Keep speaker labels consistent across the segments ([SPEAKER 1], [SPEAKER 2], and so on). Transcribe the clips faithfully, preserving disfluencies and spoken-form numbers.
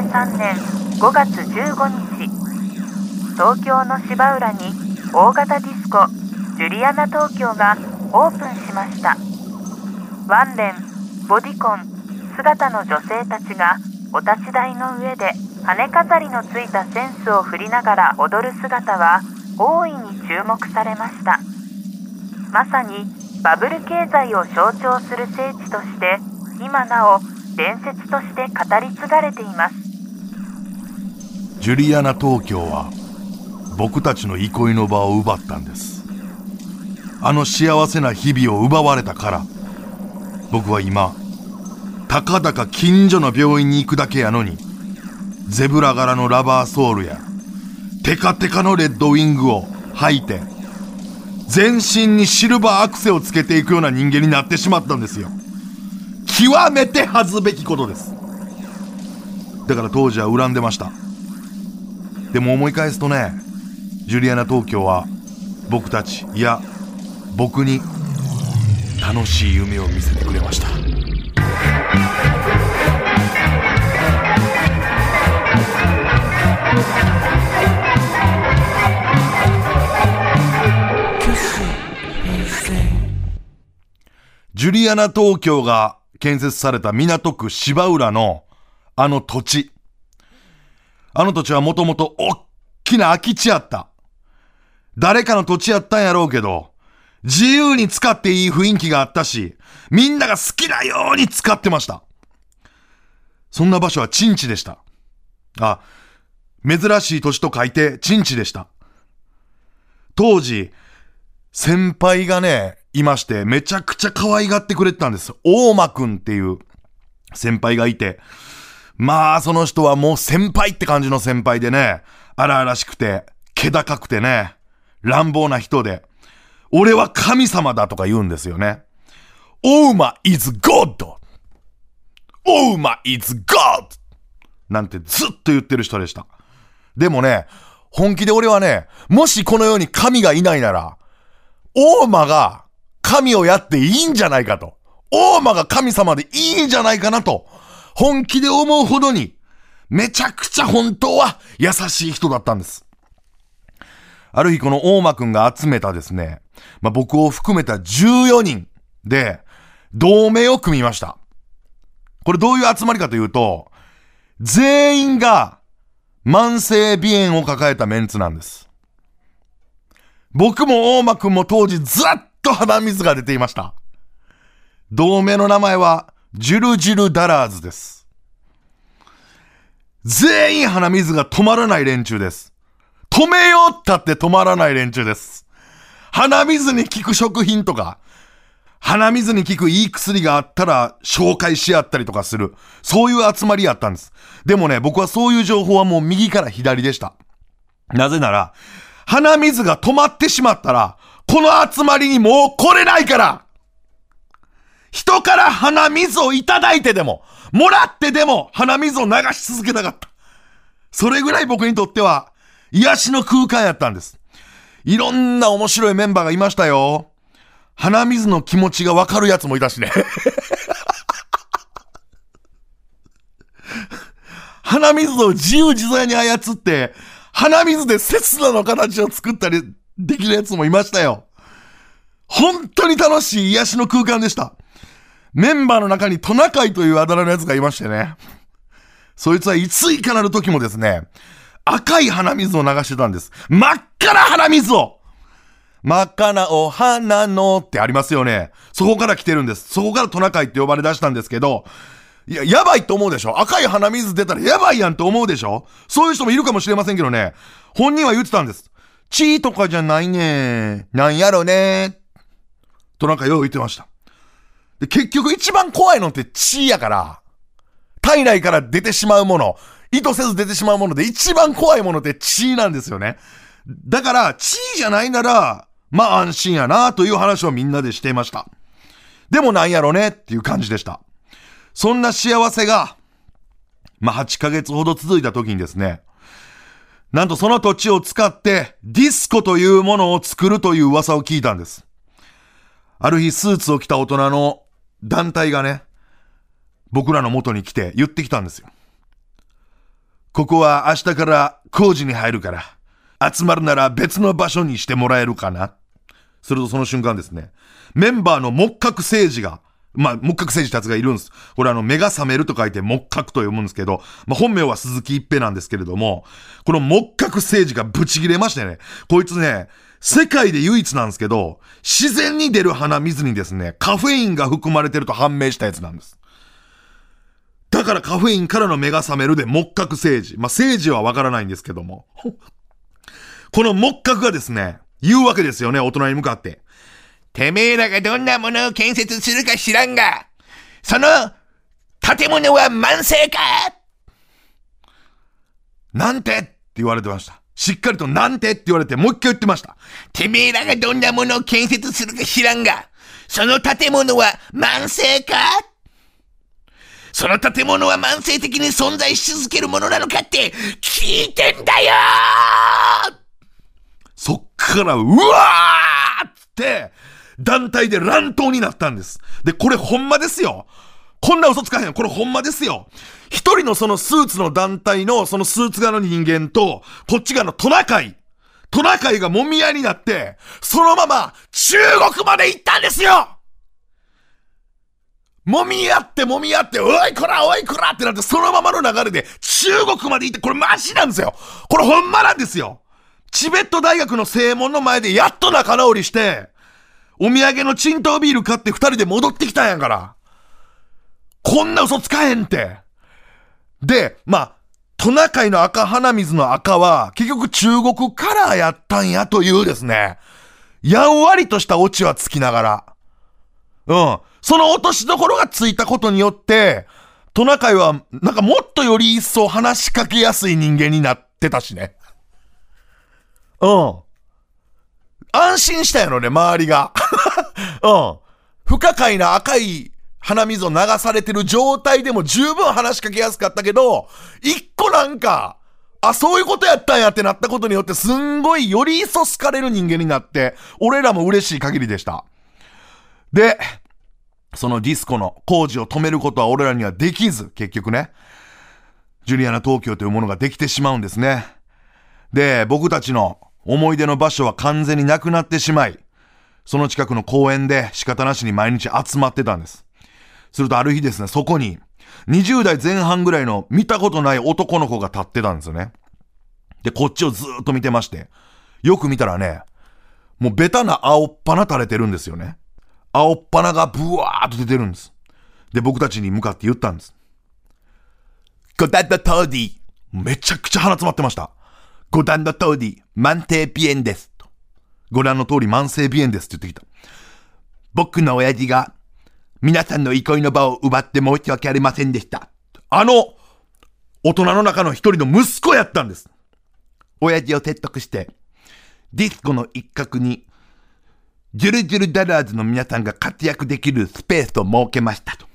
[SPEAKER 1] さんねんごがつじゅうごにち、東京の芝浦に大型ディスコジュリアナ東京がオープンしました。ワンレン、ボディコン姿の女性たちがお立ち台の上で羽飾りのついたセンスを振りながら踊る姿は大いに注目されました。まさにバブル経済を象徴する聖地として今なお伝説として語り継がれています。
[SPEAKER 2] ジュリアナ東京は僕たちの憩いの場を奪ったんです。あの幸せな日々を奪われたから、僕は今たかだか近所の病院に行くだけやのに、ゼブラ柄のラバーソールやテカテカのレッドウィングを履いて全身にシルバーアクセをつけていくような人間になってしまったんですよ。極めて恥ずべきことです。だから当時は恨んでました。でも思い返すとね、ジュリアナ東京は僕たち、いや僕に楽しい夢を見せてくれました。ジュリアナ東京が建設された港区芝浦のあの土地。あの土地はもともとおっきな空き地やった。誰かの土地やったんやろうけど、自由に使っていい雰囲気があったし、みんなが好きなように使ってました。そんな場所は鎮地でした。あ、珍しい土地と書いて鎮地でした。当時、先輩がね、いまして、めちゃくちゃ可愛がってくれてたんです。大間くんっていう先輩がいて、まあその人はもう先輩って感じの先輩でね、荒々しくて、気高くてね、乱暴な人で、俺は神様だとか言うんですよね。大間 is God! 大間 is God! なんてずっと言ってる人でした。でもね、本気で俺はね、もしこの世に神がいないなら、大間が神をやっていいんじゃないかと。大間が神様でいいんじゃないかなと。本気で思うほどに、めちゃくちゃ本当は優しい人だったんです。ある日この大間くんが集めたですね、まあ、僕を含めたじゅうよにんで同盟を組みました。これどういう集まりかというと、全員が慢性鼻炎を抱えたメンツなんです。僕も大間くんも当時ずっと鼻水が出ていました。同盟の名前はジュルジュルダラーズです。全員鼻水が止まらない連中です。止めようったって止まらない連中です。鼻水に効く食品とか、鼻水に効くいい薬があったら紹介し合ったりとかする、そういう集まりやったんです。でもね、僕はそういう情報はもう右から左でした。なぜなら、鼻水が止まってしまったら、この集まりにもう来れないから。人から鼻水をいただいてでも、もらってでも鼻水を流し続けたかった。それぐらい僕にとっては癒しの空間やったんです。いろんな面白いメンバーがいましたよ。鼻水の気持ちがわかるやつもいたしね。鼻水を自由自在に操って、鼻水で刹那の形を作ったりできるやつもいましたよ。本当に楽しい癒しの空間でした。メンバーの中にトナカイというあだ名のやつがいましてね。そいつはいついかなる時もですね、赤い鼻水を流してたんです。真っ赤な鼻水を真っ赤なお花のってありますよね。そこから来てるんです。そこからトナカイって呼ばれ出したんですけど、いや、やばいと思うでしょ。赤い鼻水出たらやばいやんと思うでしょ。そういう人もいるかもしれませんけどね、本人は言ってたんです。チーとかじゃないねー。なんやろねー。となんかよう言ってました。で、結局一番怖いのってチーやから、体内から出てしまうもの、意図せず出てしまうもので一番怖いものってチーなんですよね。だから、チーじゃないなら、まあ安心やなという話をみんなでしていました。でもなんやろねっていう感じでした。そんな幸せが、まあはちかげつほど続いた時にですね、なんとその土地を使ってディスコというものを作るという噂を聞いたんです。ある日スーツを着た大人の団体がね、僕らの元に来て言ってきたんですよ。 ここは明日から工事に入るから、集まるなら別の場所にしてもらえるかな。するとその瞬間ですね、メンバーの木角誠治が、まあ、木角誠治ってやつがいるんです。これあの、目が覚めると書いて木角と読むんですけど、まあ、本名は鈴木一平なんですけれども、この木角誠治がブチ切れましてね、こいつね、世界で唯一なんですけど、自然に出る鼻水にですね、カフェインが含まれてると判明したやつなんです。だからカフェインからの目が覚めるで木角誠治。まあ、誠治はわからないんですけども。この木角がですね、言うわけですよね、大人に向かって。てめえらがどんなものを建設するか知らんが、その建物は慢性かなんてって言われてました。しっかりとなんてって言われてもう一回言ってました。てめえらがどんなものを建設するか知らんが、その建物は慢性かその建物は慢性的に存在し続けるものなのかって聞いてんだよそっからうわーって、団体で乱闘になったんです。で、これほんまですよ。こんな嘘つかへん。これほんまですよ。一人のそのスーツの団体のそのスーツ側の人間と、こっち側のトナカイ。トナカイがもみ合いになって、そのまま中国まで行ったんですよもみ合ってもみ合って、おいこらおいこらってなって、そのままの流れで中国まで行って、これマジなんですよ。これほんまなんですよ。チベット大学の正門の前でやっと仲直りして、お土産のチントービール買って二人で戻ってきたんやから。こんな嘘つかへんって。で、まあ、トナカイの赤鼻水の赤は、結局中国カラーやったんやというですね、やんわりとしたオチはつきながら。うん。その落としどころがついたことによって、トナカイは、なんかもっとより一層話しかけやすい人間になってたしね。うん。安心したやろね、周りが。うん。不可解な赤い鼻水を流されてる状態でも十分話しかけやすかったけど、一個なんか、あ、そういうことやったんやってなったことによって、すんごいより一層好かれる人間になって、俺らも嬉しい限りでした。で、そのディスコの工事を止めることは俺らにはできず、結局ね、ジュリアナ東京というものができてしまうんですね。で、僕たちの思い出の場所は完全になくなってしまい、その近くの公園で仕方なしに毎日集まってたんです。するとある日ですね、そこににじゅう代前半ぐらいの見たことない男の子が立ってたんですよね。で、こっちをずーっと見てまして、よく見たらね、もうベタな青っ鼻垂れてるんですよね。青っ鼻がブワーっと出てるんです。で、僕たちに向かって言ったんです。ご覧の通り、めちゃくちゃ鼻詰まってました。ご覧の通り、慢性鼻炎です。ご覧の通り、慢性鼻炎ですって言ってきた。僕の親父が、皆さんの憩いの場を奪って申し訳ありませんでした。あの、大人の中の一人の息子やったんです。親父を説得して、ディスコの一角に、ジュルジュルダラーズの皆さんが活躍できるスペースを設けましたと。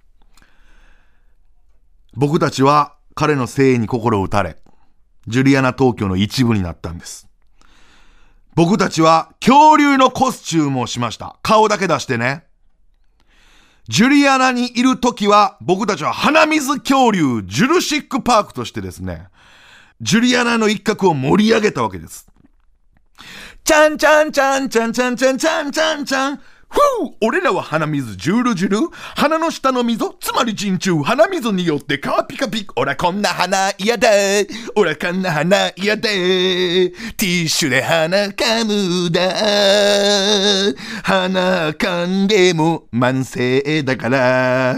[SPEAKER 2] 僕たちは彼の誠意に心を打たれ、ジュリアナ東京の一部になったんです。僕たちは恐竜のコスチュームをしました。顔だけ出してね。ジュリアナにいるときは僕たちは鼻水恐竜ジュルシックパークとしてですね、ジュリアナの一角を盛り上げたわけです。ちゃんちゃんちゃんちゃんちゃんちゃんちゃんちゃんちゃん。ふう、俺らは鼻水ジュルジュル。鼻の下の溝、つまり人中、鼻水によってカピカピ。おらこんな鼻嫌だ。おらこんな鼻嫌だ。ティッシュで鼻かむだ。鼻かんでも慢性だから。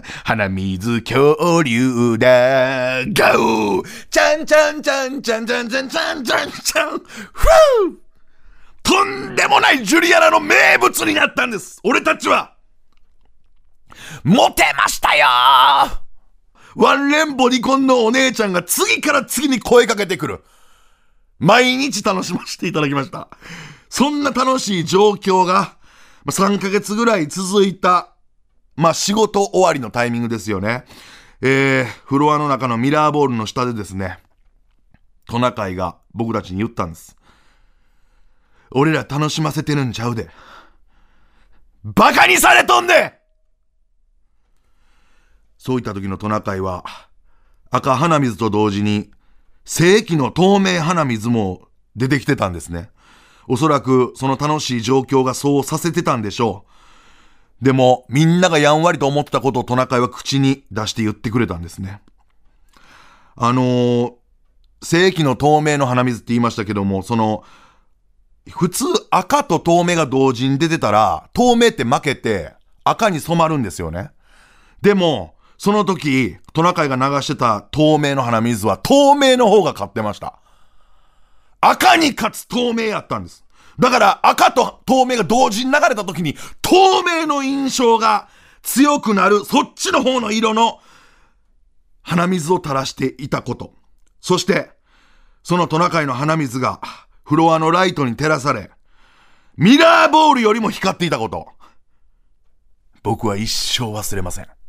[SPEAKER 2] 鼻水恐竜だ。ガオー。ちゃんちゃんちゃんちゃんちゃんちゃんちゃんちゃんちゃん。ふう。とんでもないジュリアナの名物になったんです。俺たちはモテましたよー。ワンレンボディコンのお姉ちゃんが次から次に声かけてくる。毎日楽しませていただきました。そんな楽しい状況がさんかげつぐらい続いた、まあ仕事終わりのタイミングですよね。えー、フロアの中のミラーボールの下でですね、トナカイが僕たちに言ったんです。俺ら楽しませてるんちゃうで。バカにされとんで。そういった時のトナカイは赤鼻水と同時に正規の透明鼻水も出てきてたんですね。おそらくその楽しい状況がそうさせてたんでしょう。でもみんながやんわりと思ってたことをトナカイは口に出して言ってくれたんですね。あのー、正規の透明の鼻水って言いましたけども、その普通赤と透明が同時に出てたら透明って負けて赤に染まるんですよね。でもその時トナカイが流してた透明の鼻水は透明の方が勝ってました。赤に勝つ透明やったんです。だから赤と透明が同時に流れた時に透明の印象が強くなる、そっちの方の色の鼻水を垂らしていたこと、そしてそのトナカイの鼻水がフロアのライトに照らされミラーボールよりも光っていたこと、僕は一生忘れません。